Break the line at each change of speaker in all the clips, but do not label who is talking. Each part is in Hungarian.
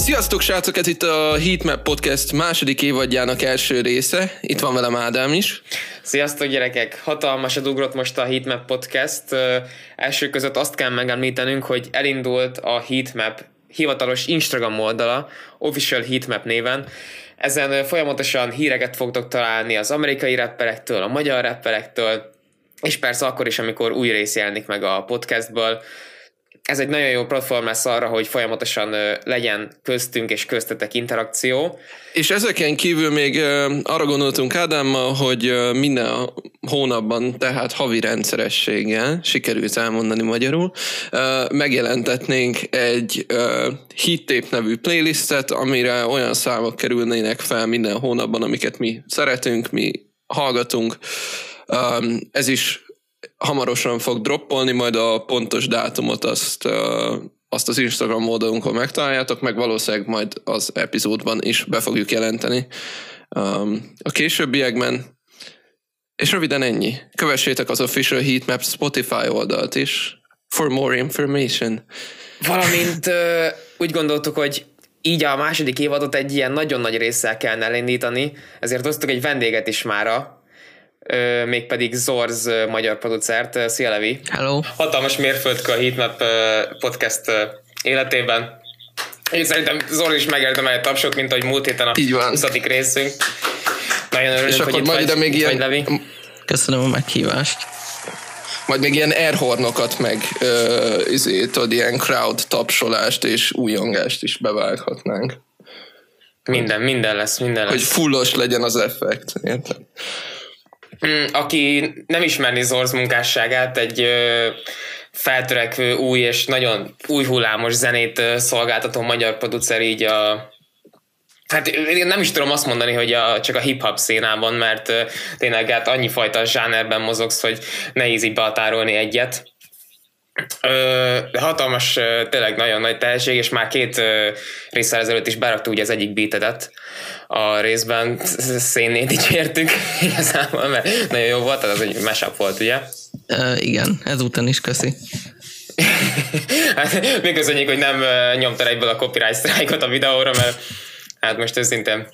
Sziasztok srácok, ez itt a Heatmap Podcast második évadjának első része. Itt van velem Ádám is.
Sziasztok gyerekek, hatalmasat ugrott most a Heatmap Podcast. Első között azt kell megemlítenünk, hogy elindult a Heatmap hivatalos Instagram oldala, Official Heatmap néven. Ezen folyamatosan híreket fogtok találni az amerikai rapperektől, a magyar rapperektől, és persze akkor is, amikor új rész jelenik meg a podcastből. Ez egy nagyon jó platform lesz arra, hogy folyamatosan legyen köztünk és köztetek interakció.
És ezeken kívül még arra gondoltunk Ádámmal, hogy minden hónapban, tehát havi rendszerességgel, sikerült elmondani magyarul, megjelentetnénk egy Heat Tape nevű playlistet, amire olyan számok kerülnének fel minden hónapban, amiket mi szeretünk, mi hallgatunk. Ez is hamarosan fog droppolni, majd a pontos dátumot azt az Instagram oldalunkon megtaláljátok, meg valószínűleg majd az epizódban is be fogjuk jelenteni a későbbiekben. És röviden ennyi. Kövessétek az Official Heatmap Spotify oldalt is for more information.
Valamint úgy gondoltuk, hogy így a második évadot egy ilyen nagyon nagy résszel kellene elindítani, ezért hoztuk egy vendéget is mára, mégpedig Zorz magyar producert. Szia Levi!
Hello!
Hatalmas mérföldkő a Heatmap Podcast életében. Én szerintem Zorz is megérdemel egy tapsot, mint ahogy múlt héten a 20. részünk. Nagyon örülünk, hogy itt vagy,
még ilyen...
Levi.
Köszönöm a meghívást.
Majd még ilyen airhornokat meg ilyen crowd tapsolást és újongást is bevághatnánk.
Minden lesz.
Hogy fullos legyen az effekt, érted?
Aki nem ismerni Zorz munkásságát, egy feltörekvő, új és nagyon új hullámos zenét szolgáltató magyar producer, így hát én nem is tudom azt mondani, hogy csak a hip-hop szénában, mert tényleg hát annyi fajta zsánerben mozogsz, hogy nehéz így behatárolni egyet. De hatalmas, tényleg nagyon nagy tehetség, és már 2 résszel ezelőtt is beraktuk ugye az egyik beatedet a részben, szénnét dicsértük igazából, mert nagyon jó volt, az egy mashup volt, ugye?
Igen, ezúton is köszi.
Hát még köszönjük, hogy nem nyomtad egyből a copyright strike-ot a videóra, mert hát most őszintén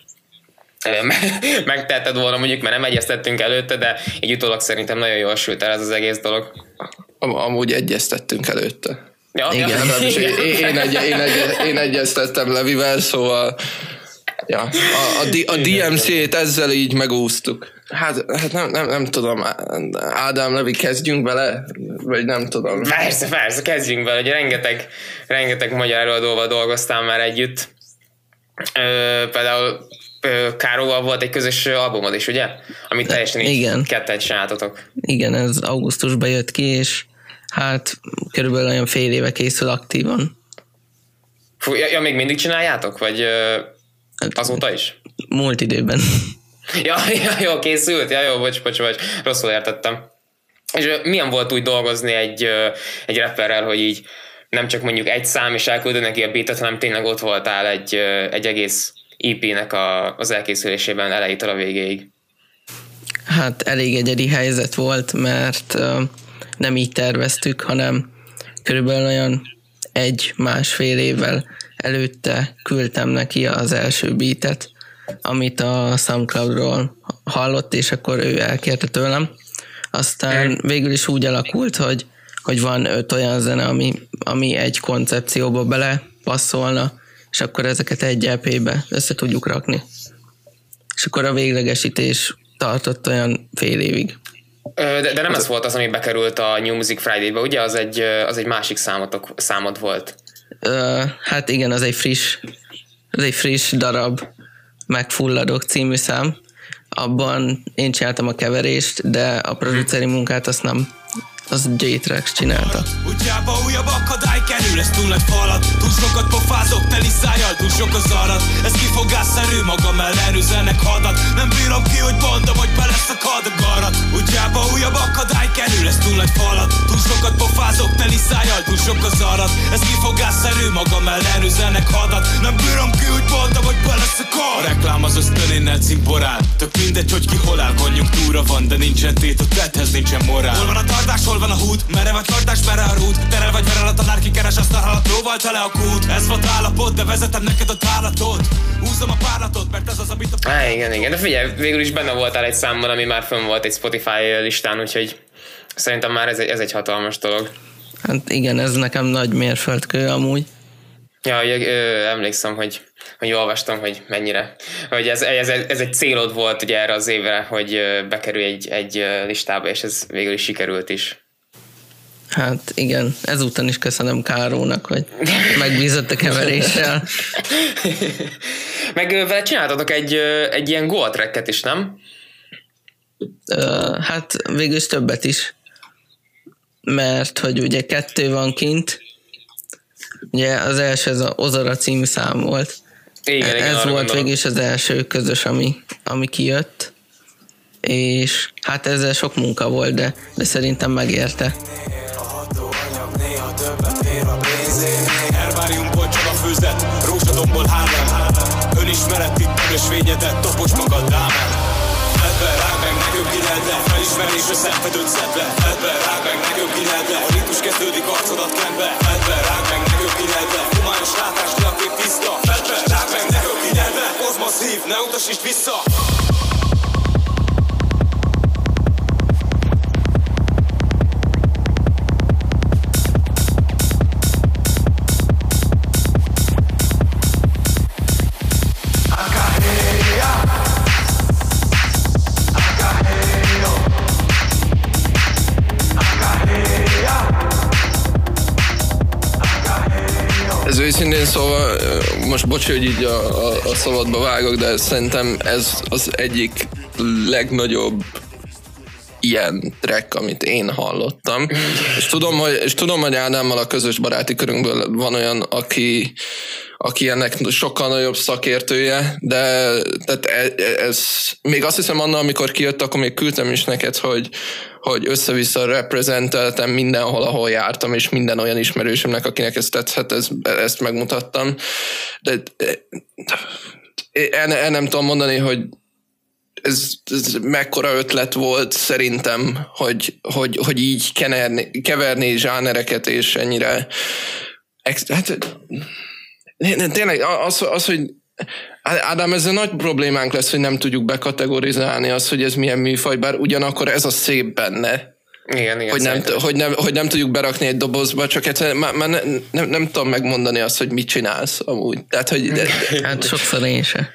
megteheted volna mondjuk, mert nem egyeztettünk előtte, de így utólag szerintem nagyon jól sült el ez az egész dolog.
Amúgy egyeztettünk előtte.
Ja,
igen, én egyeztettem Levivel, szóval ja, a DMC-t ezzel így megúsztuk. Hát nem tudom, Ádám, Levi, kezdjünk bele? Vagy nem tudom.
Persze, kezdjünk bele. Ugye rengeteg magyar előadóval dolgoztál már együtt. Például Káróval volt egy közös albumod is, ugye? Amit teljesen így ketten csináltatok.
Igen, ez augusztusban jött ki, és hát körülbelül olyan fél éve készül aktívan.
Fú, ja, még mindig csináljátok? Vagy azóta is?
Múlt időben.
Ja, jó, készült? Ja, jó, bocs, rosszul értettem. És milyen volt úgy dolgozni egy rapperrel, hogy így nem csak mondjuk egy szám és elküldő neki a beatet, hanem tényleg ott voltál egy egész EP-nek az elkészülésében elejétől a végéig? Hát
elég egyedi helyzet volt, mert nem így terveztük, hanem körülbelül olyan 1-1,5 évvel előtte küldtem neki az első beatet, amit a SoundCloudról hallott, és akkor ő elkérte tőlem. Aztán végül is úgy alakult, hogy van 5 olyan zene, ami egy koncepcióba bele passzolna, és akkor ezeket egy EP-be össze tudjuk rakni. És akkor a véglegesítés tartott olyan fél évig.
De nem ez volt az, ami bekerült a New Music Friday-be, ugye? Az egy másik számod volt.
Hát igen, az egy friss darab, Megfulladok című szám. Abban én csináltam a keverést, de a produceri munkát azt nem. Az J-Trax csinálta. Útjába újabb akadály kerül, ez túl nagy falat. Túl sokat pofázok, teli szájjal, túl sok az arat. Ez kifogásszerű, magam ellen üzenek hadat. Nem bírom ki, hogy mondom, hogy beleszakad a garat. Útjába újabb akadály kerül, ez túl nagy falat. Túl sokat pofázok, teli szájjal, túl
sok az arat. Ez kifogásszerű, magam ellen üzenek hadat. Nem bírom ki, úgy mondtam, hogy beleszakad. A reklám az ösztönénnel cimborál. Tök mindegy, hogy ki hol áll, konjunktúra van, de nincsen tét, a tetthez nincsen morál. Hol van a tartás, hol van a húd? Merre vagy tartás, merre a rút? Terel vagy verel a tanár, ki keres, aztán halad, próbál tele a kút. Ez volt állapot, de vezetem neked a tálatot. Húzom a párlatot, mert ez az, amit a...
Igen. De figyelj, végül is benne voltál egy számban, ami már fönn volt egy Spotify listán, úgyhogy szerintem már ez egy hatalmas dolog.
Hát igen, ez nekem nagy mérföldkő amúgy.
Ja, emlékszem, hogy olvastam, hogy mennyire. Hogy ez egy célod volt ugye erre az évre, hogy bekerülj egy listába, és ez végül is sikerült is.
Hát igen, ezúton is köszönöm Kárónak, hogy megbízott a keveréssel.
Meg vele csináltatok egy ilyen goal tracket is, nem?
Hát végül is többet is. Mert hogy ugye 2 van kint. Ugye az első ez az Ozora című szám volt.
Igen,
ez volt végül is az első közös, ami kijött. És hát ezzel sok munka volt, de szerintem megérte.
Herbáriumból csak a főzet, rózsadomból Harlem. Önismeret itt ösvényedet, topocs magad rámen. Fedbe rág meg, ne köpgineld le, felismerésre szenvedőt szed le. Fedbe rág meg, ne köpgineld le, a ritus kezdődik, arcodat kendbe. Fedbe rág meg, ne köpgineld le, humános látás, de a kép tiszta. Fedbe rág meg, ne köpgineld le, kozmosz hív, ne utasítsd vissza.
Ez őszintén szóval, most bocs, hogy így a szabadba vágok, de szerintem ez az egyik legnagyobb ilyen track, amit én hallottam. És tudom, hogy Ádámmal a közös baráti körünkből van olyan, aki ennek sokkal nagyobb szakértője, de tehát ez még azt hiszem annál, amikor kijött, akkor még küldtem is neked, hogy össze-vissza reprezenteltem mindenhol, ahol jártam, és minden olyan ismerősömnek, akinek ez tetszett, ezt megmutattam. De nem tudom mondani, hogy ez mekkora ötlet volt szerintem, hogy így keverni zsánereket, és ennyire hát tényleg az, hogy Ádám, ezzel nagy problémánk lesz, hogy nem tudjuk bekategorizálni azt, hogy ez milyen műfaj, bár ugyanakkor ez a szép benne.
Igen,
hogy nem tudjuk berakni egy dobozba, csak már nem tudom megmondani azt, hogy mit csinálsz amúgy. Tehát, hogy
hát sokszor én se.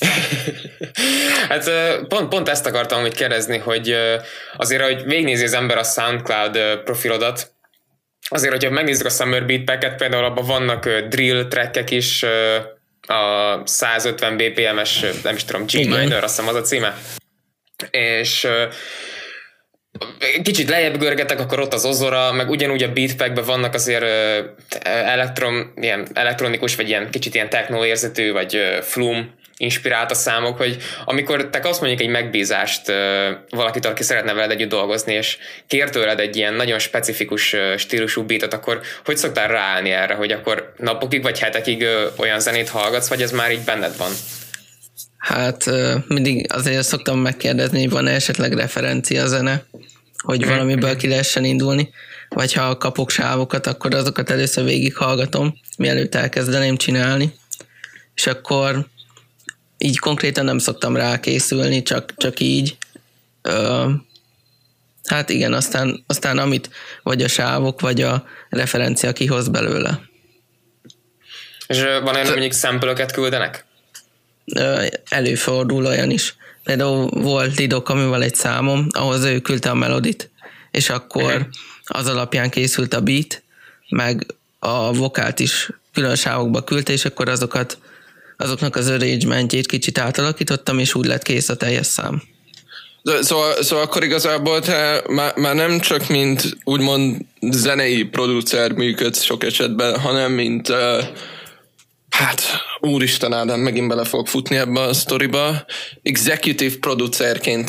Hát pont ezt akartam úgy kérdezni, hogy azért, hogy végignézi az ember a SoundCloud profilodat, azért, hogyha megnézzük a Summer Beat Packet, például abban vannak drill trackek is, a 150 BPM-es, nem is tudom, G minor, azt hiszem az a címe. És kicsit lejjebb görgetek, akkor ott az Ozora, meg ugyanúgy a Beatpackben vannak azért ilyen elektronikus, vagy kicsit ilyen techno érzetű, vagy Flume inspirált a számok, hogy amikor te kapsz mondjuk egy megbízást valakitől, aki szeretne veled együtt dolgozni, és kér tőled egy ilyen nagyon specifikus stílusú beatet, akkor hogy szoktál ráállni erre, hogy akkor napokig vagy hetekig olyan zenét hallgatsz, vagy ez már így benned van?
Hát mindig azért szoktam megkérdezni, hogy van-e esetleg referencia zene, hogy valamiből ki lehessen indulni, vagy ha kapok sávokat, akkor azokat először végighallgatom, mielőtt elkezdeném csinálni, és akkor így konkrétan nem szoktam rákészülni, csak így. Hát igen, aztán amit vagy a sávok, vagy a referencia kihoz belőle.
És van olyan, mondjuk sample-öket küldenek?
Előfordul olyan is. Például volt Lidok, amivel egy számom, ahhoz ő küldte a melodit, és akkor az alapján készült a beat, meg a vokált is külön sávokba küldte, és akkor azoknak az arrangementjét kicsit átalakítottam, és úgy lett kész a teljes szám.
Szóval akkor igazából te már nem csak mint úgymond zenei producer működsz sok esetben, hanem mint hát úristen Ádám, megint bele fogok futni ebbe a sztoriba, executive producerként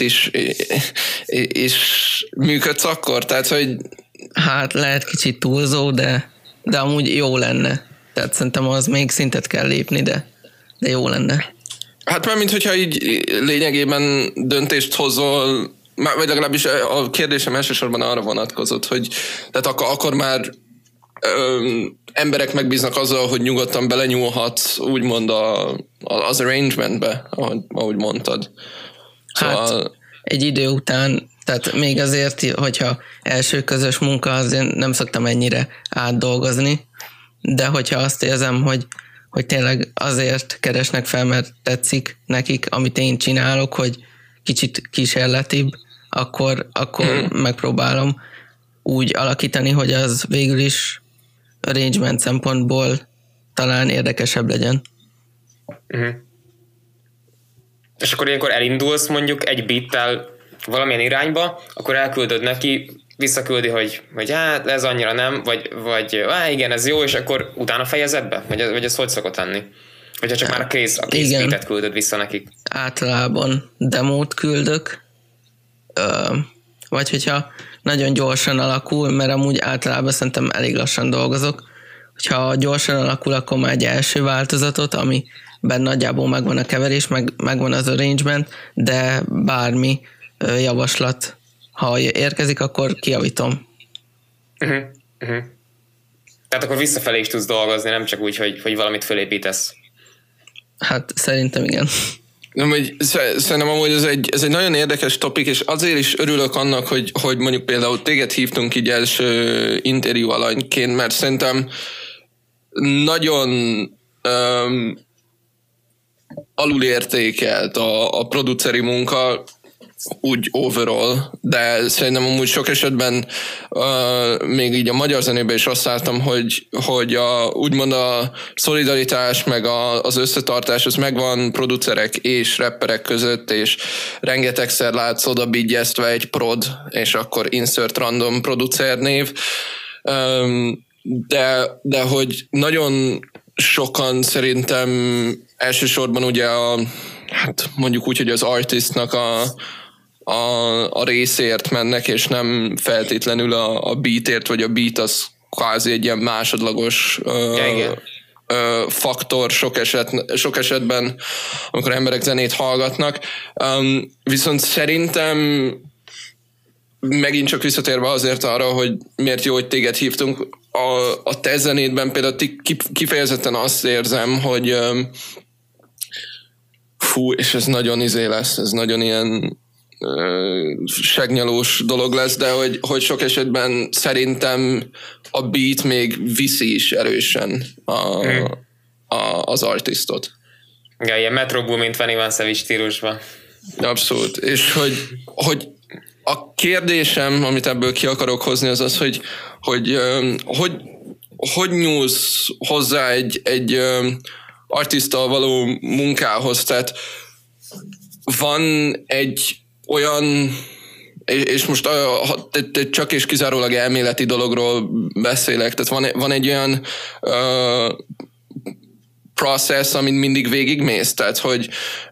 is működsz akkor? Tehát, hogy...
Hát lehet kicsit túlzó, de de amúgy jó lenne. Tehát szerintem az még szintet kell lépni, de jó lenne.
Hát már mint hogyha így lényegében döntést hozol, vagy legalábbis a kérdésem elsősorban arra vonatkozott, hogy tehát akkor már emberek megbíznak azzal, hogy nyugodtan belenyúlhatsz úgymond az arrangementbe, ahogy mondtad. Szóval...
Hát egy idő után, tehát még azért, hogyha első közös munka, azért nem szoktam ennyire átdolgozni, de hogyha azt érzem, hogy tényleg azért keresnek fel, mert tetszik nekik, amit én csinálok, hogy kicsit kísérletibb, akkor megpróbálom úgy alakítani, hogy az végül is arrangement szempontból talán érdekesebb legyen.
Uh-huh. És akkor ilyenkor elindulsz mondjuk egy beattel valamilyen irányba, akkor elküldöd neki, visszaküldi, hogy hát ez annyira nem, vagy igen, ez jó, és akkor utána fejezed be? Vagy ez hogy szokott lenni? Hogyha csak már a kész beatet küldöd vissza nekik?
Általában demót küldök, vagy hogyha nagyon gyorsan alakul, mert amúgy általában szerintem elég lassan dolgozok. Hogyha gyorsan alakul, akkor már egy első változatot, amiben nagyjából megvan a keverés, megvan az arrangement, de bármi javaslat, ha érkezik, akkor kijavítom.
Uh-huh. Uh-huh. Tehát akkor visszafelé is tudsz dolgozni, nem csak úgy, hogy valamit fölépítesz.
Hát szerintem igen.
Szerintem amúgy ez egy nagyon érdekes topik, és azért is örülök annak, hogy mondjuk például téged hívtunk így első interjú alanyként, mert szerintem nagyon alulértékelt a produceri munka, úgy overall, de szerintem amúgy sok esetben még így a magyar zenében is azt láttam, hogy úgymond a szolidaritás meg az összetartás az megvan producerek és rapperek között, és rengetegszer látsz oda bigyeztve egy prod, és akkor insert random producer név, de hogy nagyon sokan szerintem elsősorban ugye hát mondjuk úgy, hogy az artistnak a részért mennek, és nem feltétlenül a beatért, vagy a beat az kvázi egy ilyen másodlagos faktor sok esetben, amikor emberek zenét hallgatnak. Viszont szerintem megint csak visszatérve azért arra, hogy miért jó, hogy téged hívtunk, a te zenétben például kifejezetten azt érzem, hogy és ez nagyon lesz, ez nagyon ilyen segnyalós dolog lesz, de hogy sok esetben szerintem a beat még viszi is erősen az artistot.
Igen, ilyen Metro Boomin 21 Savage stílusban.
Abszolút. És hogy a kérdésem, amit ebből ki akarok hozni, az az, hogy nyúlsz hozzá egy artisttal való munkához, tehát van egy olyan, és most csak és kizárólag elméleti dologról beszélek, tehát van egy olyan process, amin mindig végigmész, tehát hogy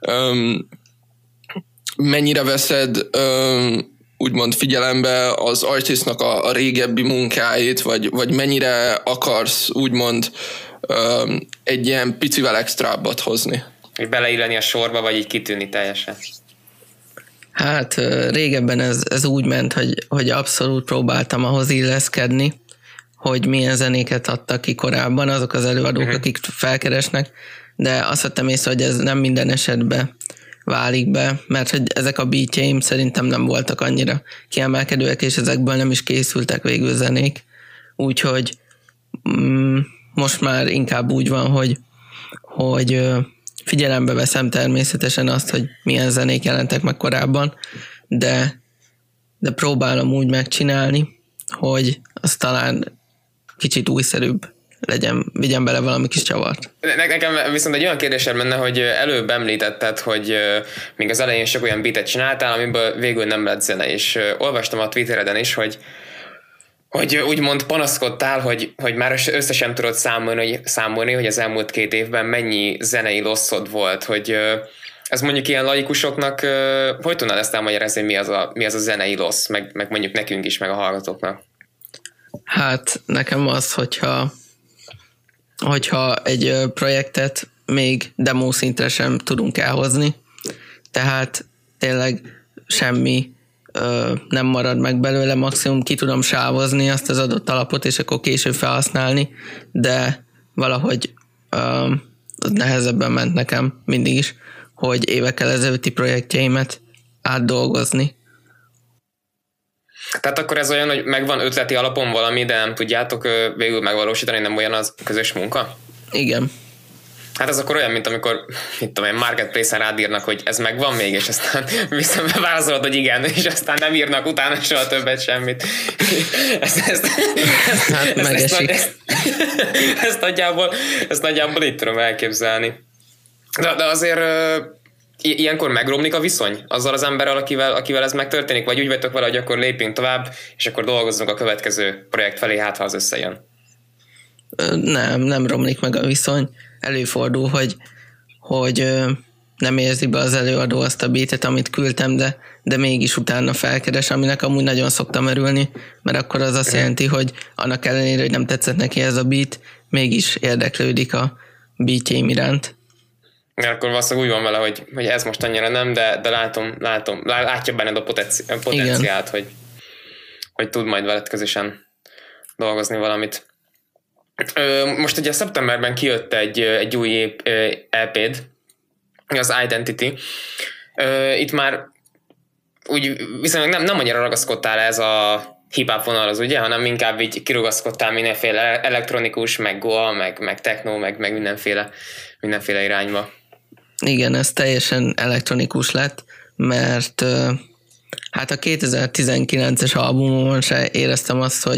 mennyire veszed úgymond figyelembe az artistnak a régebbi munkáit, vagy mennyire akarsz úgymond egy ilyen picivel extrábbat hozni.
Hogy beleilleni a sorba, vagy így kitűnni teljesen.
Hát régebben ez úgy ment, hogy abszolút próbáltam ahhoz illeszkedni, hogy milyen zenéket adtak ki korábban azok az előadók, akik felkeresnek, de azt vettem észre, hogy ez nem minden esetben válik be, mert hogy ezek a beatjeim szerintem nem voltak annyira kiemelkedőek, és ezekből nem is készültek végül zenék. Úgyhogy most már inkább úgy van, hogy figyelembe veszem természetesen azt, hogy milyen zenék jelentek meg korábban, de próbálom úgy megcsinálni, hogy az talán kicsit újszerűbb legyen, vigyen bele valami kis csavart.
Nekem viszont egy olyan kérdésem menne, hogy előbb említetted, hogy még az elején sok olyan beatet csináltál, amiből végül nem lett zene, és olvastam a Twittereden is, hogy úgymond panaszkodtál, hogy már össze sem tudod számolni, hogy az elmúlt 2 évben mennyi zenei losszod volt, hogy ez mondjuk ilyen laikusoknak, hogy tudnád ezt elmagyarázni, mi az a zenei lossz, meg mondjuk nekünk is, meg a hallgatóknak?
Hát nekem az, hogyha egy projektet még demo szintre sem tudunk elhozni, tehát tényleg semmi nem marad meg belőle, maximum ki tudom sávozni azt az adott alapot, és akkor később felhasználni, de valahogy nehezebben ment nekem mindig is, hogy évekkel ezelőtti projektjeimet átdolgozni.
Tehát akkor ez olyan, hogy megvan ötleti alapon valami, de nem tudjátok végül megvalósítani, nem olyan az közös munka?
Igen.
Hát ez akkor olyan, mint amikor, mit tudom én, Marketplace-en rád írnak, hogy ez megvan még, és aztán válaszolod, hogy igen, és aztán nem írnak utána soha többet semmit. Ezt nagyjából itt tudom elképzelni. De azért ilyenkor megromlik a viszony azzal az emberrel, akivel ez megtörténik, vagy úgy vagytok vele, hogy akkor lépjünk tovább, és akkor dolgozzunk a következő projekt felé, hát ha az összejön.
Nem romlik meg a viszony. Előfordul, hogy nem érzi be az előadó azt a beatet, amit küldtem, de mégis utána felkeres, aminek amúgy nagyon szoktam örülni, mert akkor az azt jelenti, hogy annak ellenére, hogy nem tetszett neki ez a beat, mégis érdeklődik a beatjeim iránt.
Akkor valószínűleg úgy van vele, hogy ez most annyira nem, de látja benned a potenciált, hogy tud majd veled közösen dolgozni valamit. Most ugye szeptemberben kijött egy új EP-d, az Identity. Itt már úgy viszonylag nem annyira ragaszkodtál ez a hip-hop vonalhoz, ugye, hanem inkább így kirugaszkodtál mindenféle elektronikus, meg goa, meg techno, meg mindenféle irányba. Igen,
ez teljesen elektronikus lett, mert hát a 2019-es albumon se éreztem azt,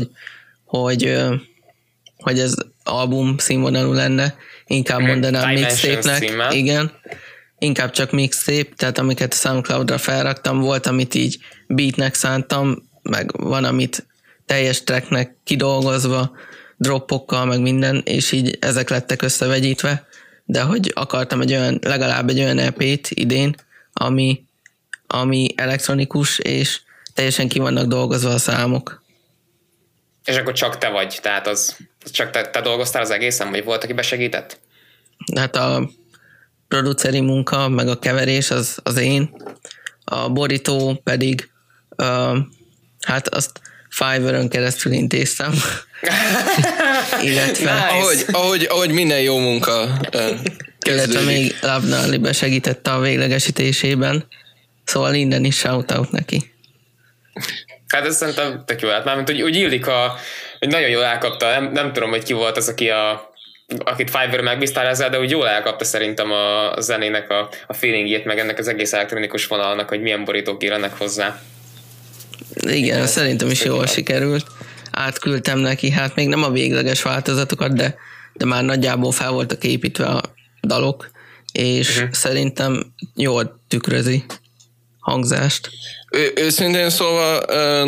hogy ez album színvonalú lenne, inkább mondanám mixtape-nek. Igen, inkább csak mixtape, tehát amiket a SoundCloud-ra felraktam, volt, amit így beatnek szántam, meg van, amit teljes tracknek kidolgozva, droppokkal, meg minden, és így ezek lettek összevegyítve, de hogy akartam legalább egy olyan EP-t idén, ami elektronikus, és teljesen ki vannak dolgozva a számok.
És akkor csak te vagy, tehát az csak te dolgoztál az egészen, vagy volt, aki besegített?
Hát a produceri munka, meg a keverés az én, a borító pedig hát azt Fiverr-ön keresztül intéztem. Illetve
ahogy minden jó munka
illetve még Labnali besegítette a véglegesítésében, szóval innen is shoutout neki.
Hát ez szerintem tök jó állt, mármint úgy illik, hogy nagyon jól elkapta, nem tudom, hogy ki volt az, akit Fiverr megbíztál ezzel, de úgy jól elkapta szerintem a zenének a feelingjét, meg ennek az egész elektronikus vonalnak, hogy milyen borítók illenek hozzá.
Igen, szerintem is jól sikerült. Átküldtem neki, hát még nem a végleges változatokat, de már nagyjából fel voltak építve a dalok, és szerintem jól tükrözi hangzást.
Őszintén szóval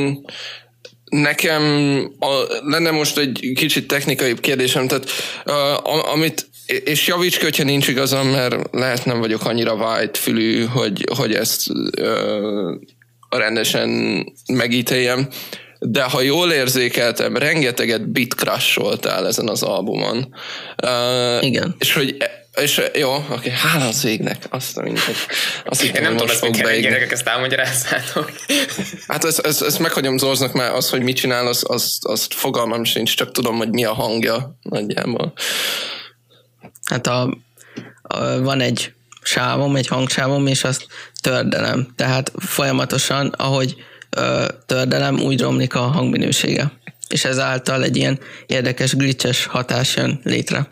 nekem lenne most egy kicsit technikai kérdésem, tehát amit, és javíts ki, hogyha nincs igazam, mert lehet nem vagyok annyira white-fülű, hogy ezt rendesen megítéljem, de ha jól érzékeltem, rengeteget beat-crusholtál ezen az albumon.
Igen.
És jó, oké, hála az égnek, azt mindegy.
Én nem tudom, ezt mikor gyerekek, ezt elmagyarázzátok.
Hát ezt meghagyom Zorznak, mert az, hogy mit csinál, azt fogalmam sincs, csak tudom, hogy mi a hangja nagyjából.
Hát van egy sávom, egy hangsávom, és azt tördelem. Tehát folyamatosan, ahogy tördelem, úgy romlik a hangminősége. És ezáltal egy ilyen érdekes glitches hatás jön létre.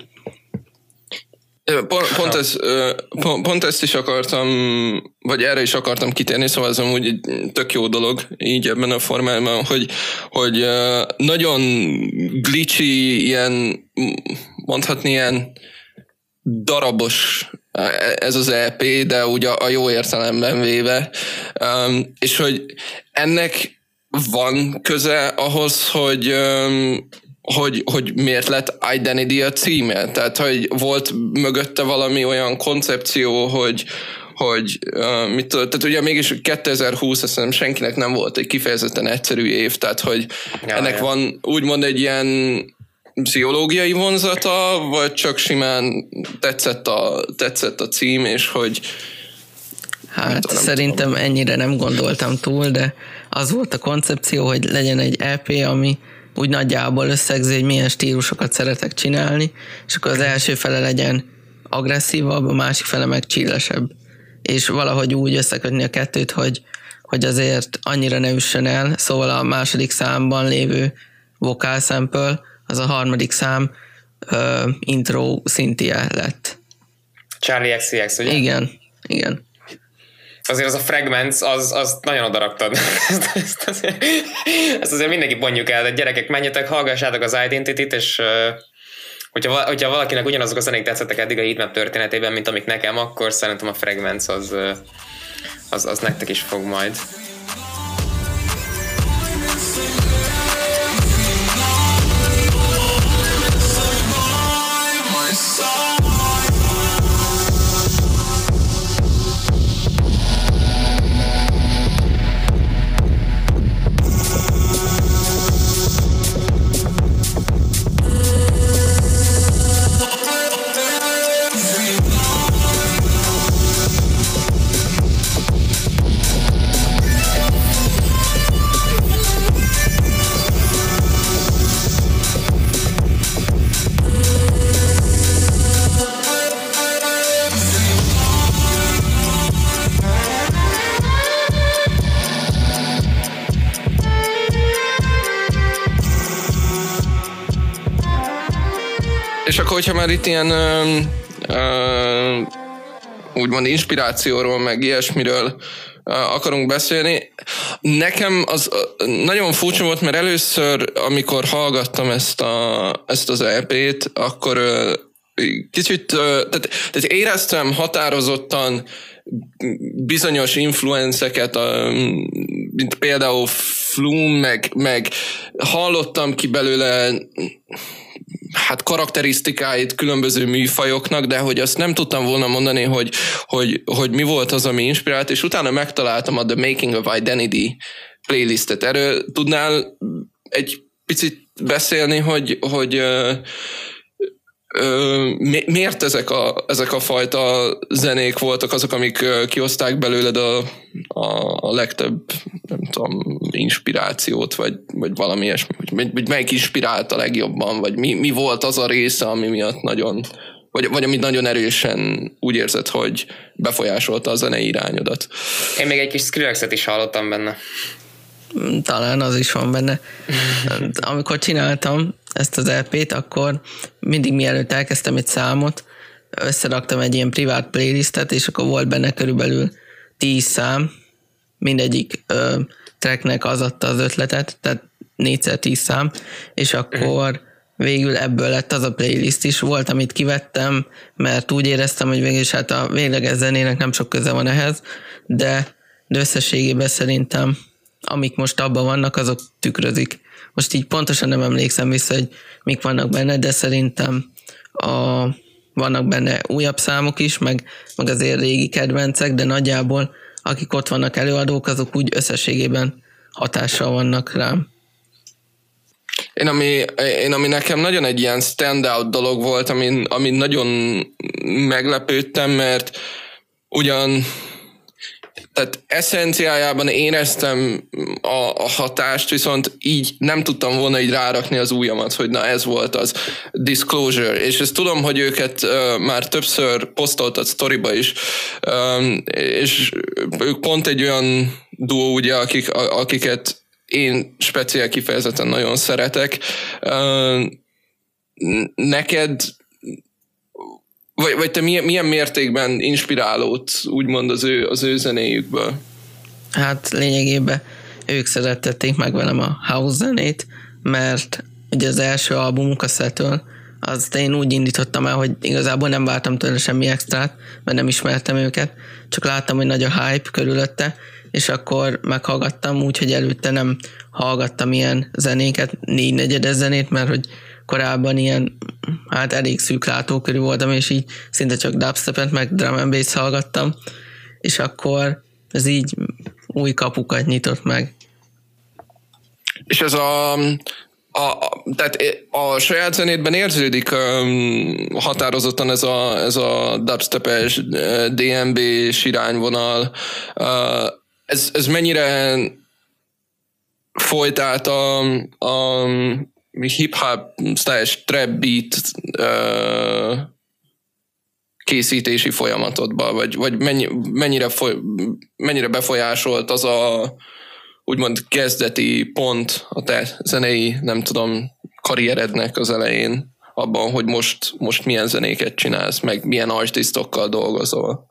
Pont ezt is akartam, vagy erre is akartam kitérni, szóval ez amúgy egy tök jó dolog így ebben a formában, hogy nagyon glitchy, ilyen, mondhatni ilyen darabos ez az EP, de ugye a jó értelemben véve, és hogy ennek van köze ahhoz, hogy miért lett Identity a címe? Tehát, hogy volt mögötte valami olyan koncepció, tehát ugye mégis 2020 azt hiszem senkinek nem volt egy kifejezetten egyszerű év, tehát hogy ennek van úgymond egy ilyen pszichológiai vonzata, vagy csak simán tetszett a cím, és hogy
hát szerintem ennyire nem gondoltam túl, de az volt a koncepció, hogy legyen egy EP, ami úgy nagyjából összegzi, hogy milyen stílusokat szeretek csinálni, és akkor az első fele legyen agresszívabb, a másik fele meg chillesebb. És valahogy úgy összekötni a kettőt, hogy azért annyira ne üssön el, szóval a második számban lévő vocal sample, az a harmadik szám intro szintje lett.
Charlie XCX, ugye?
Igen.
Azért az a Fragments, az nagyon odaraktad. Ezt azért mindenki mondjuk el, de gyerekek, menjetek, hallgassátok az Identity-t, és hogyha valakinek ugyanazok a zenék tetszettek eddig a Heatmap történetében, mint amik nekem, akkor szerintem a Fragments az nektek is fog majd.
És akkor, hogyha már itt ilyen úgymond inspirációról, meg ilyesmiről akarunk beszélni, nekem az nagyon furcsa volt, mert először, amikor hallgattam ezt az EP-t, akkor kicsit, tehát éreztem határozottan bizonyos influenceket, mint például Flume, meg hallottam ki belőle hát karakterisztikáit különböző műfajoknak, de hogy azt nem tudtam volna mondani, hogy mi volt az, ami inspirált, és utána megtaláltam a The Making of Identity playlistet. Erről tudnál egy picit beszélni, hogy miért ezek a fajta zenék voltak azok, amik kihozták belőled a legtöbb, nem tudom, inspirációt, vagy valami ilyesmi, vagy melyik inspirált a legjobban, vagy mi volt az a része, ami miatt nagyon, vagy amit nagyon erősen úgy érzed, hogy befolyásolta a zenei irányodat.
Én még egy kis Skrillexet is hallottam benne.
Talán az is van benne. Amikor csináltam ezt az EP-t, akkor mindig mielőtt elkezdtem egy számot, összeraktam egy ilyen privát playlistet, és akkor volt benne körülbelül 10 szám, mindegyik tracknek az adta az ötletet, tehát 4x10 szám, és akkor végül ebből lett az a playlist is. Volt, amit kivettem, mert úgy éreztem, hogy végül is hát a végleges zenének nem sok köze van ehhez, de összességében szerintem amik most abban vannak, azok tükrözik. Most így pontosan nem emlékszem vissza, hogy mik vannak benne, de szerintem vannak benne újabb számok is, meg azért régi kedvencek, de nagyjából akik ott vannak előadók, azok úgy összességében hatással vannak rám.
Én ami nekem nagyon egy ilyen standout dolog volt, amin nagyon meglepődtem, mert ugyan tehát eszenciájában éreztem a hatást, viszont így nem tudtam volna így rárakni az ujjamat, hogy na ez volt az Disclosure, és ezt tudom, hogy őket már többször posztoltad sztoriba is, és ők pont egy olyan duó, ugye, akiket én speciál kifejezetten nagyon szeretek. Neked vagy te milyen mértékben inspirálódsz, úgymond az ő zenéjükből?
Hát lényegében ők szerettették meg velem a house zenét, mert ugye az első albumuk, a Settle, azt én úgy indítottam el, hogy igazából nem vártam tőle semmi extrát, mert nem ismertem őket, csak láttam, hogy nagy a hype körülötte, és akkor meghallgattam úgy, hogy előtte nem hallgattam ilyen zenéket, 4/4 zenét, mert hogy korábban ilyen, hát elég szűk látókörű voltam, és így szinte csak dubstepet, meg drum and bass hallgattam, és akkor ez így új kapukat nyitott meg.
És ez tehát a saját zenétben érződik határozottan ez a dubstep-es, DNB-s irányvonal. Ez mennyire folyt a hip-hop slash trap beat készítési folyamatodba, vagy mennyire befolyásolt az a úgymond kezdeti pont a te zenei, nem tudom, karrierednek az elején abban, hogy most milyen zenéket csinálsz, meg milyen artistokkal dolgozol?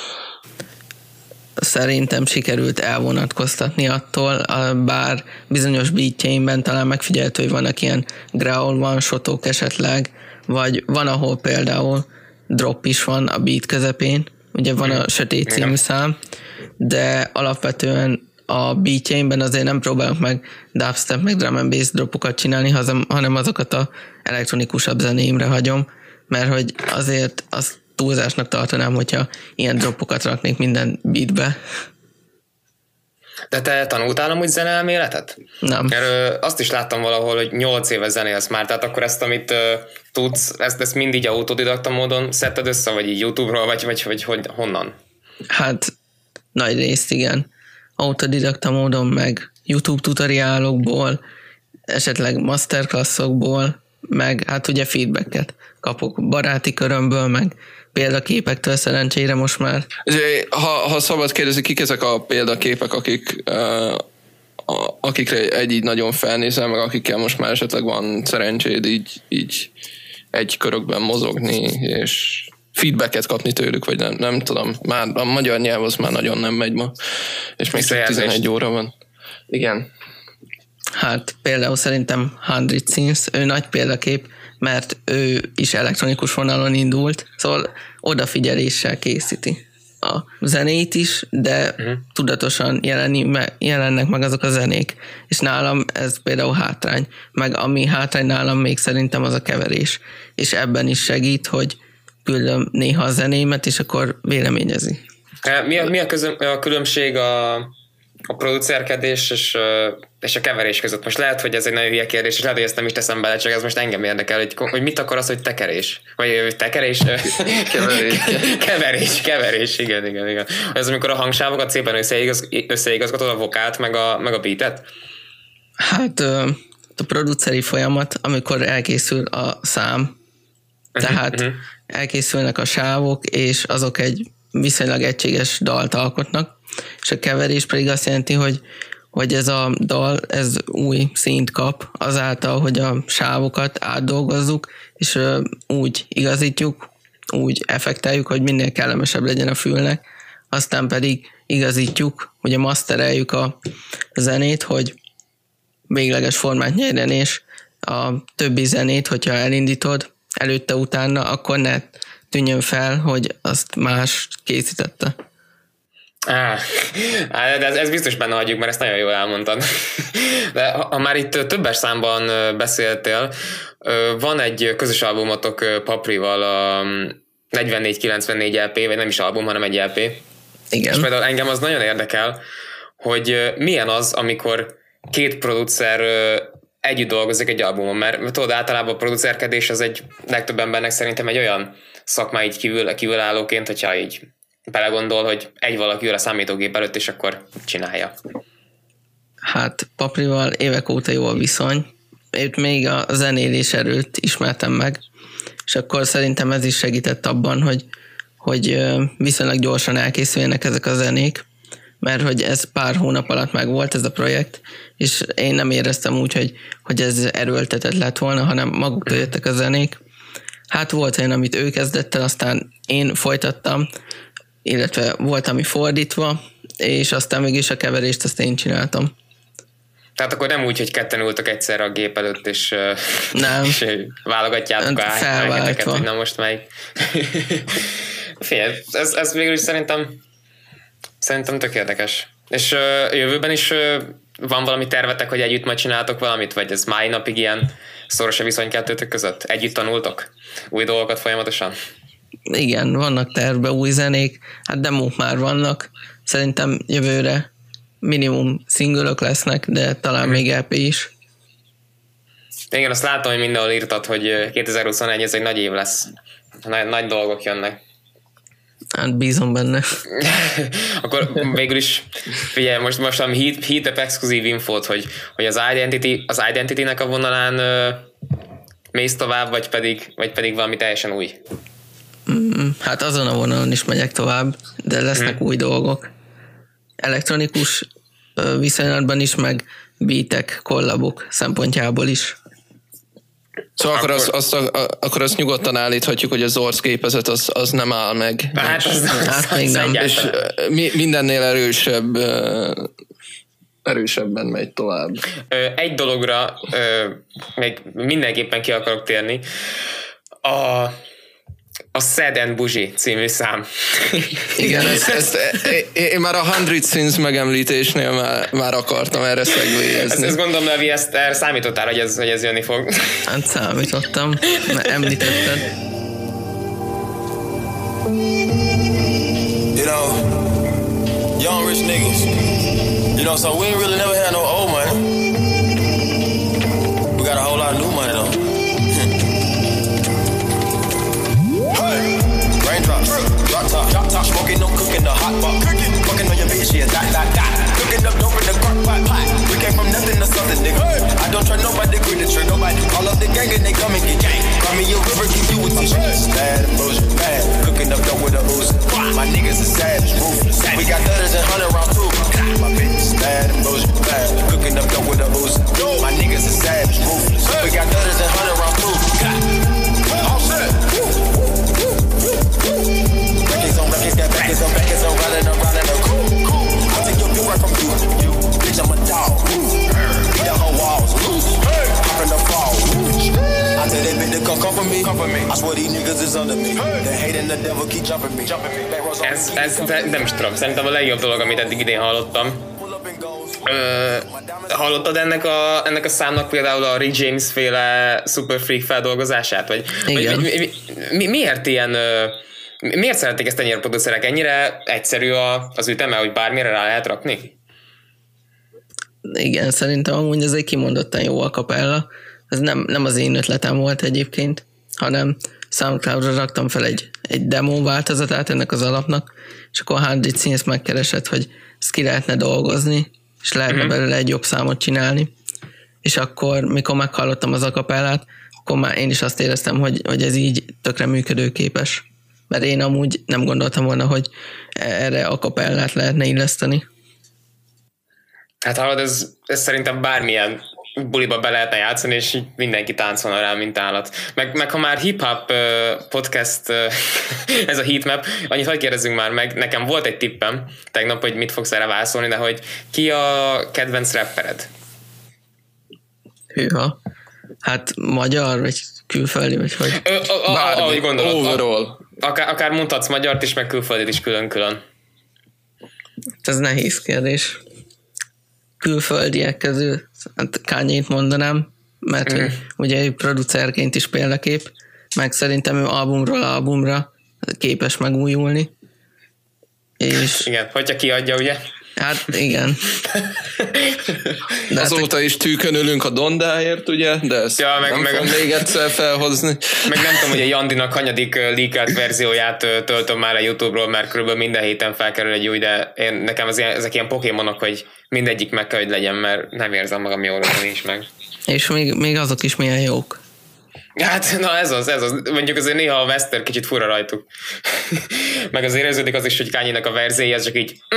Szerintem sikerült elvonatkoztatni attól, bár bizonyos beatjeimben talán megfigyelhető, hogy vannak ilyen growl one-shotok esetleg, vagy van, ahol például drop is van a beat közepén, ugye van a Sötét című szám, de alapvetően a beatjeimben azért nem próbálok meg dubstep, meg drum and bass dropokat csinálni, hanem azokat a elektronikusabb zenéimre hagyom, mert hogy azért azt túlzásnak tartanám, hogyha ilyen dropokat raknék minden beatbe.
De te tanultál amúgy zeneelméletet?
Nem.
Mert azt is láttam valahol, hogy 8 éve zenélsz már, tehát akkor ezt, amit tudsz, ezt mind így autodidakta módon szedted össze, vagy így YouTube-ról, vagy honnan?
Hát nagy részt igen. Autodidakta módon, meg YouTube tutoriálokból, esetleg masterclassokból, meg hát ugye feedbacket kapok baráti körömből, meg példaképektől szerencsére most már.
Ha szabad kérdezni, kik ezek a példaképek, akikre így nagyon felnézel, meg akikkel most már esetleg van szerencséd így egy körökben mozogni, és feedbacket kapni tőlük, vagy nem tudom. Már a magyar nyelv az már nagyon nem megy ma, és még 11 óra van. Igen.
Hát például szerintem 100 Scenes, ő nagy példakép, mert ő is elektronikus vonalon indult, szóval odafigyeléssel készíti a zenét is, de tudatosan jelennek meg azok a zenék. És nálam ez például hátrány. Meg ami hátrány nálam még szerintem az a keverés. És ebben is segít, hogy küldöm néha a zenémet, és akkor véleményezi.
Mi a különbség a producerkedés és a keverés között? Most lehet, hogy ez egy nagyon hülye kérdés, és lehet, hogy ezt nem is teszem bele, csak ez most engem érdekel, hogy mit akar az, hogy tekerés? Vagy tekerés? Keverés, igen. Ez amikor a hangsávokat szépen összeigazgatod, a vokált, meg a beatet?
Hát a produceri folyamat, amikor elkészül a szám, tehát elkészülnek a sávok, és azok egy viszonylag egységes dalt alkotnak, és a keverés pedig azt jelenti, hogy ez a dal, ez új színt kap azáltal, hogy a sávokat átdolgozzuk, és úgy igazítjuk, úgy effekteljük, hogy minél kellemesebb legyen a fülnek, aztán pedig igazítjuk, ugye mastereljük a zenét, hogy végleges formát nyerjen, és a többi zenét, hogyha elindítod előtte-utána, akkor ne tűnjön fel, hogy azt más készítette.
De ez biztos benne hagyjuk, mert ezt nagyon jól elmondtad. De ha már itt többes számban beszéltél, van egy közös albumotok Paprival, a 4494 LP, vagy nem is album, hanem egy LP.
Igen.
És például engem az nagyon érdekel, hogy milyen az, amikor két producer együtt dolgozik egy albumon, mert tudod, általában a producerkedés az egy legtöbb embernek szerintem egy olyan szakma így kívülállóként, hogyha így belegondol, hogy egy valaki ül a számítógép előtt, és akkor csinálja.
Hát Paprival évek óta jó a viszony. Őt még a zenélés előtt ismertem meg, és akkor szerintem ez is segített abban, hogy viszonylag gyorsan elkészüljenek ezek a zenék, mert hogy ez pár hónap alatt meg volt ez a projekt, és én nem éreztem úgy, hogy ez erőltetett lett volna, hanem maguktól jöttek a zenék. Hát volt olyan, amit ő kezdett el, aztán én folytattam, illetve volt, ami fordítva, és aztán mégis a keverést azt én csináltam.
Tehát akkor nem úgy, hogy ketten ültök egyszerre a gép előtt, és válogatjátok a hányheteket, hogy na most melyik. Figyelj, ez végül is szerintem tök érdekes. És jövőben is van valami tervetek, hogy együtt majd csináltok valamit, vagy ez mai napig ilyen szoros a viszony kettőtök között? Együtt tanultok új dolgokat folyamatosan?
Igen, vannak tervbe új zenék, hát demók már vannak, szerintem jövőre minimum single-ök lesznek, de talán még EP is.
Igen, azt látom, hogy mindenhol írtad, hogy 2021 ez egy nagy év lesz. Nagy dolgok jönnek.
Hát bízom benne.
Akkor végül is, figyelj, most a Heat-up exkluzív infót, hogy az Identity-nek a vonalán mész tovább, vagy pedig valami teljesen új?
Hát azon a vonalon is megyek tovább, de lesznek új dolgok. Elektronikus viszonylatban is, meg beatek, kollabok szempontjából is.
Szóval akkor azt nyugodtan állíthatjuk, hogy az orsz gépezet az nem áll meg.
Hát még nem.
És mindennél erősebben megy tovább.
Egy dologra még mindenképpen ki akarok térni. A Sad and Bougie című szám.
Igen, én már a 100 Sins megemlítésnél már akartam erre szegvéjezni.
Ezt gondolom, Levi, erre számítottál, hogy ez jönni fog.
Hát számítottam, mert említetted.
You know, young rich niggas. You know, so we ain't really never had no old money. We got a whole lot of new money though. Raindrops, drop top, smoking, no cooking, the hot pot. Fucking on your bitch, yeah, that. Cooking up dope in the crock pot. We came from nothing to something, nigga. I don't try nobody, quit the trick, nobody. All of the gang and they come and get gang. Call me a river, give you a t-shirt. Bad emotion, bad. Cooking up dope with a ooze. My niggas are savage, ruthless. We got thudders and 100 rounds too. My bitch is bad emotion, bad. Cooking up dope with a ooze. My niggas are savage, ruthless. We got thudders and 100 rounds too. All set. Records on records, I'm running around in a cool. I'll take your right from you. Bitch, I'm a dog. Beat down her walls. Hop in the fall. I tell that bitch to come for me. I swear these niggas is under me. The hate and the devil keep jumping me.
Ez nem is tudom, szerintem a legjobb dolog, amit eddig idén hallottam. Hallottad ennek a számnak például a Rick James féle Super Freak feldolgozását? Vagy miért ilyen... Miért szeretik ezt ennyire a producerek? Ennyire egyszerű az üteme, hogy bármire rá lehet rakni?
Igen, szerintem amúgy ez egy kimondottan jó a capella. Ez nem az én ötletem volt egyébként, hanem SoundCloudra raktam fel egy demo változatát ennek az alapnak, és akkor 100 Sins megkeresett, hogy ezt ki lehetne dolgozni, és lehetne belőle egy jobb számot csinálni. És akkor, mikor meghallottam az a capellát, akkor már én is azt éreztem, hogy ez így tökre működőképes. Mert én amúgy nem gondoltam volna, hogy erre a capellát lehetne illeszteni.
Hát hallod, ez szerintem bármilyen buliba be lehetne játszani, és így mindenki táncolna rá, mint állat. Meg ha már hip-hop podcast, ez a heatmap, annyit hadd kérdezzünk már meg, nekem volt egy tippem tegnap, hogy mit fogsz erre válaszolni, de hogy ki a kedvenc rappered?
Hűha. Hát magyar, vagy külföldi, vagy hogy?
Ahogy gondolod.
Overall.
Akár mondhatsz magyart is, meg külföldit is külön-külön.
Ez nehéz kérdés. Külföldiek közül hát Kanye-t mondanám, mert hogy ugye ő producerként is példakép, meg szerintem ő albumról albumra képes megújulni. És
igen, hogyha kiadja, ugye?
Hát igen.
De azóta is tűkönülünk a Dondáért, ugye? De ezt nem fogom még egyszer felhozni.
Meg nem tudom, hogy a Jandinak hanyadik leakelt verzióját töltöm már a YouTube-ról, mert körülbelül minden héten felkerül egy új, de nekem ezek ilyen pokémonok, hogy mindegyik meg kell, hogy legyen, mert nem érzem magam jól, hogy nincs meg.
És még azok is milyen jók.
Hát, na ez az. Mondjuk azért néha a Wester kicsit fura rajtuk. Meg azért érződik az is, hogy Kanye-nek a verzéje, ez csak így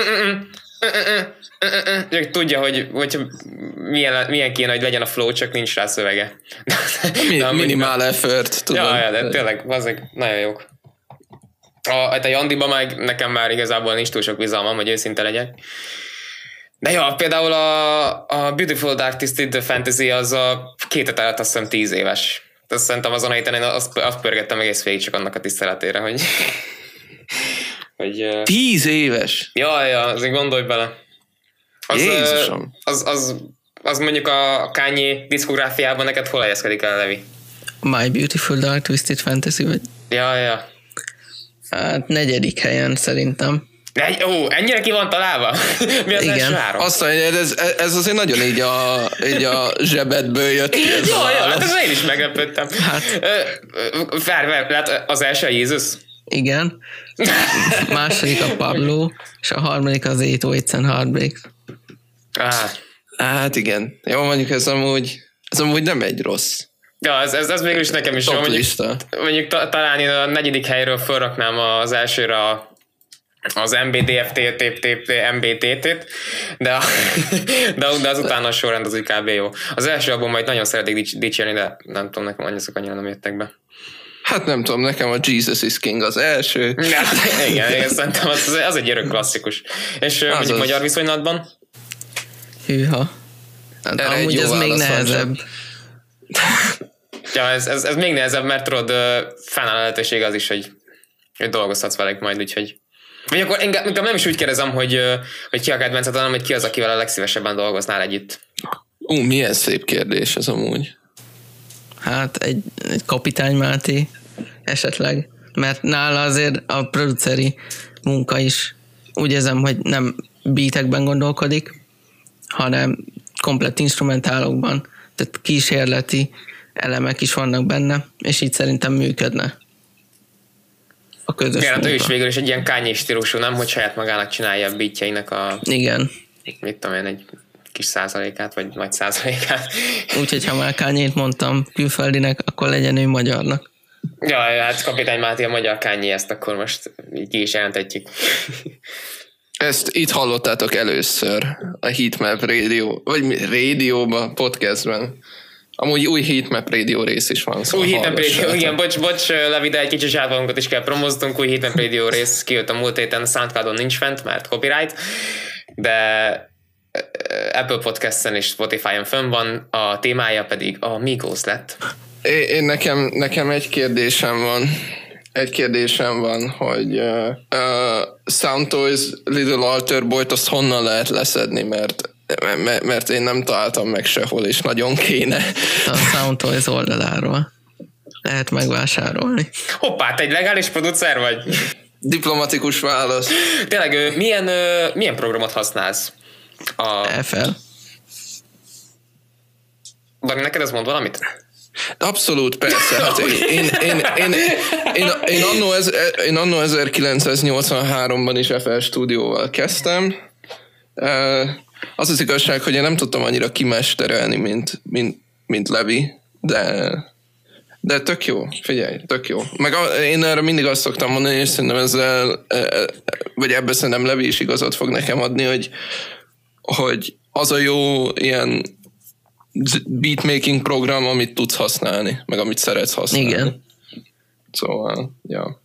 tudja, hogy milyen kéne, hogy legyen a flow, csak nincs rá szövege.
Minimál effort, tudom.
Ja, de tényleg, azok nagyon jók. A Jandiban meg nekem már igazából nincs túl sok bizalmam, hogy őszinte legyek. De ja, például a Beautiful Dark Twisted Fantasy az a 2 hete alatt azt hiszem 10 éves. Azt szerintem azon a héten én azt pörgettem egész végig csak annak a tiszteletére, hogy
10 éves?
Ja, azért gondolj bele.
Jézusom.
Az mondjuk a Kanye diszkográfiában neked hol helyezkedik el, Levi?
My Beautiful Dark Twisted Fantasy, vagy?
Ja.
Hát 4. helyen szerintem.
Ennyire ki van találva? Mi az első 3?
Azt mondja, ez azért nagyon így a zsebedből jött ki.
Jó, hát ez én is meglepődtem. Hát az első a Jézus?
Igen. Második a Pablo, és a harmadik az 808 and Heartbreaks.
Hát igen. Jó, mondjuk ez amúgy nem egy rossz.
Ja, ez végül is nekem is jó. Mondjuk talán én a 4. helyről felraknám az elsőre az MBDFT-MBTT-t, de az utána a sorrend az úgy kb. Jó. Az első album majd nagyon szeretik dicsérni, de nem tudom, nekem annyira nem jöttek be.
Hát nem tudom, nekem a Jesus is King az első.
Igen, szerintem az egy örök klasszikus. És mondjuk magyar viszonylatban?
Hűha. Hát amúgy ez még nehezebb.
Ja, ez még nehezebb, mert tudod, fennáll a lehetőség az is, hogy dolgozhatsz velük majd, úgyhogy... Vagy akkor inkább nem is úgy kérdezem, hogy ki a kedvenced, hanem hogy ki az, akivel a legszívesebben dolgoznál együtt.
Milyen szép kérdés ez amúgy.
Hát egy Kapitány Máté esetleg, mert nála azért a produceri munka is úgy érzem, hogy nem beatekben gondolkodik, hanem komplett instrumentálokban, tehát kísérleti elemek is vannak benne, és így szerintem működne a közös munka.
Ő is végül is egy ilyen Kanye stílusú, nem? Hogy saját magának csinálja a beatjeinek a...
Igen.
Mit tudom én, egy kis százalékát, vagy nagy százalékát.
Úgyhogy ha már Kanye-t mondtam külföldinek, akkor legyen ő magyarnak.
Ja, hát Kapitány Máté a magyar Kanye, ezt akkor most így ki is jelentetjük.
Ezt itt hallottátok először a Heatmap Radio, vagy rádióban, podcastben. Amúgy új Heatmap Radio rész is van. Szóval új
Heatmap Radio, igen, bocs, Levi, de egy kicsit zsátvalunkat is kell promóztunk. Új Heatmap Radio rész kijött a múlt héten, Soundcloudon nincs fent, mert copyright, de Apple Podcast-en és Spotify-on fönn van, a témája pedig a Migos lett.
Nekem egy kérdésem van, hogy Soundtoys Little Alter Boy-t azt honnan lehet leszedni, mert én nem találtam meg sehol, és nagyon kéne.
A Soundtoys oldaláról lehet megvásárolni.
Hoppá, te egy legális producer vagy?
Diplomatikus válasz.
Tényleg, milyen programot használsz?
FL.
Bár neked ez mond valamit?
Abszolút, persze. Hát én annó 1983-ban is FL stúdióval kezdtem. Az az igazság, hogy én nem tudtam annyira kimesterelni, mint Levi, de tök jó, figyelj, tök jó. Meg én erre mindig azt szoktam mondani, és szerintem ezzel, vagy ebben szerintem Levi is igazat fog nekem adni, hogy az a jó ilyen beatmaking program, amit tudsz használni, meg amit szeretsz használni.
Igen.
Szóval, ja.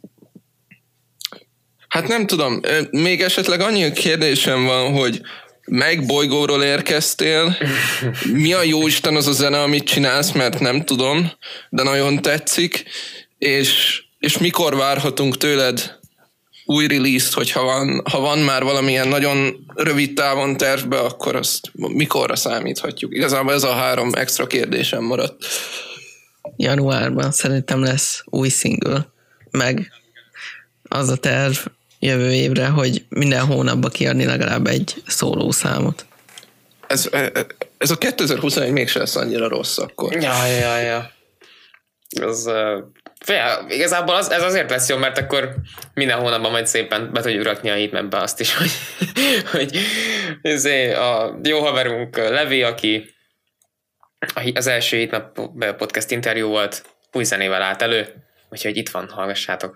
Hát nem tudom, még esetleg annyi kérdésem van, hogy melyik bolygóról érkeztél, mi a jóisten az a zene, amit csinálsz, mert nem tudom, de nagyon tetszik, és mikor várhatunk tőled új release-t, ha van már valamilyen nagyon rövid távon tervbe, akkor azt mikorra számíthatjuk? Igazából ez a 3 extra kérdésem maradt.
Januárban szerintem lesz új single, meg az a terv jövő évre, hogy minden hónapban kiadni legalább egy szólószámot.
Ez a 2021 mégse lesz annyira rossz akkor.
Ja. Igazából ez azért lesz jó, mert akkor minden hónapban majd szépen be tudjuk rakni a Heatmapbe azt is, hogy a jó haverunk Levi, aki az első Heatmap podcast interjú volt, új zenével állt elő, úgyhogy itt van, hallgassátok.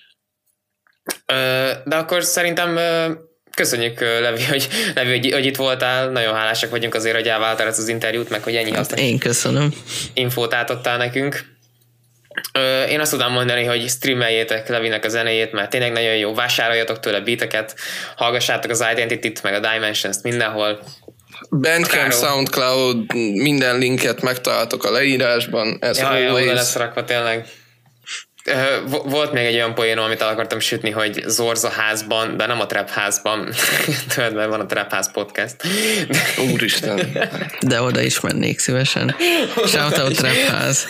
De akkor szerintem köszönjük, Levi, hogy itt voltál, nagyon hálásak vagyunk azért, hogy elváltál ezt az interjút, meg hogy ennyi hasznos
Én köszönöm.
Infót átadtál nekünk. Én azt tudom mondani, hogy streameljétek Levinek a zenéjét, mert tényleg nagyon jó, vásároljatok tőle beateket, hallgassátok az Identity-t, meg a Dimensions-t mindenhol.
Bandcamp, Soundcloud, minden linket megtaláltok a leírásban.
Jó, lesz rakva tényleg. Volt még egy olyan poénom, amit el akartam sütni, hogy Zorza házban, de nem a Trap házban, tudod, mert van a Trap Ház podcast.
Úristen.
De oda is mennék szívesen. Shoutout Trap Ház.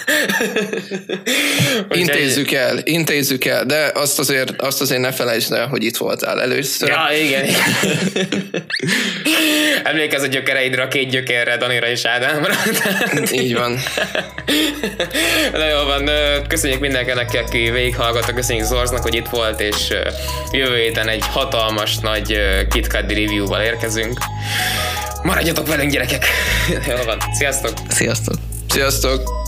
Intézzük el, de azt azért ne felejtsd el, hogy itt voltál először.
Ja, igen. Emlékezz a gyökereidre, a 2 gyökérre, Danira és Ádámra.
Így van.
Na jól van, köszönjük mindenkinek, aki végighallgatta, köszönjük Zorznak, hogy itt volt, és jövő héten egy hatalmas nagy Kid Cudi review-val érkezünk. Maradjatok velünk, gyerekek! Jól van, sziasztok!
Sziasztok!
Sziasztok!